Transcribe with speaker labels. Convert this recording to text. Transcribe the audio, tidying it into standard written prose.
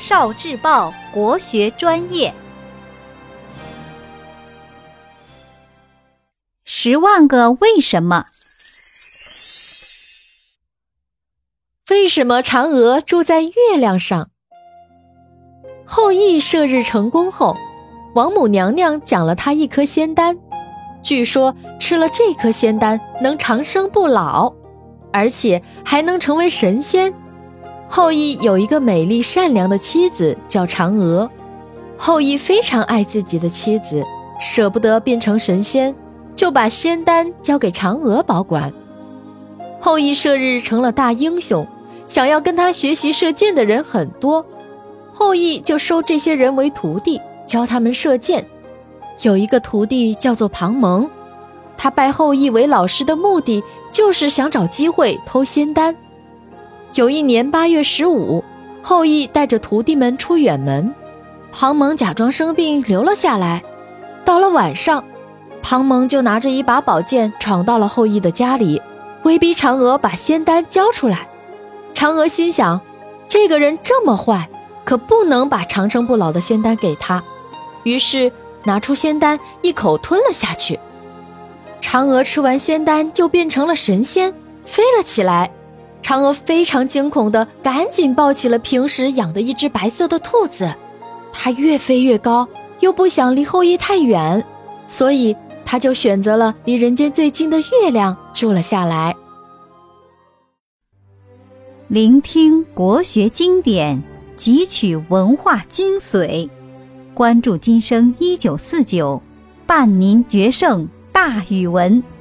Speaker 1: 少智报国学专业。10万个为什么？
Speaker 2: 为什么嫦娥住在月亮上？后羿射日成功后，王母娘娘奖了他一颗仙丹，据说吃了这颗仙丹能长生不老，而且还能成为神仙。后羿有一个美丽善良的妻子叫嫦娥，后羿非常爱自己的妻子，舍不得变成神仙，就把仙丹交给嫦娥保管。后羿射日成了大英雄，想要跟他学习射箭的人很多，后羿就收这些人为徒弟，教他们射箭。有一个徒弟叫做庞蒙，他拜后羿为老师的目的就是想找机会偷仙丹。有一年8月15，后羿带着徒弟们出远门，庞蒙假装生病留了下来。到了晚上，庞蒙就拿着一把宝剑闯到了后羿的家里，威逼嫦娥把仙丹交出来。嫦娥心想，这个人这么坏，可不能把长生不老的仙丹给他，于是拿出仙丹一口吞了下去。嫦娥吃完仙丹就变成了神仙，飞了起来。嫦娥非常惊恐地赶紧抱起了平时养的一只白色的兔子，她越飞越高，又不想离后羿太远，所以她就选择了离人间最近的月亮住了下来。
Speaker 1: 聆听国学经典，汲取文化精髓，关注今生1949，伴您决胜大语文。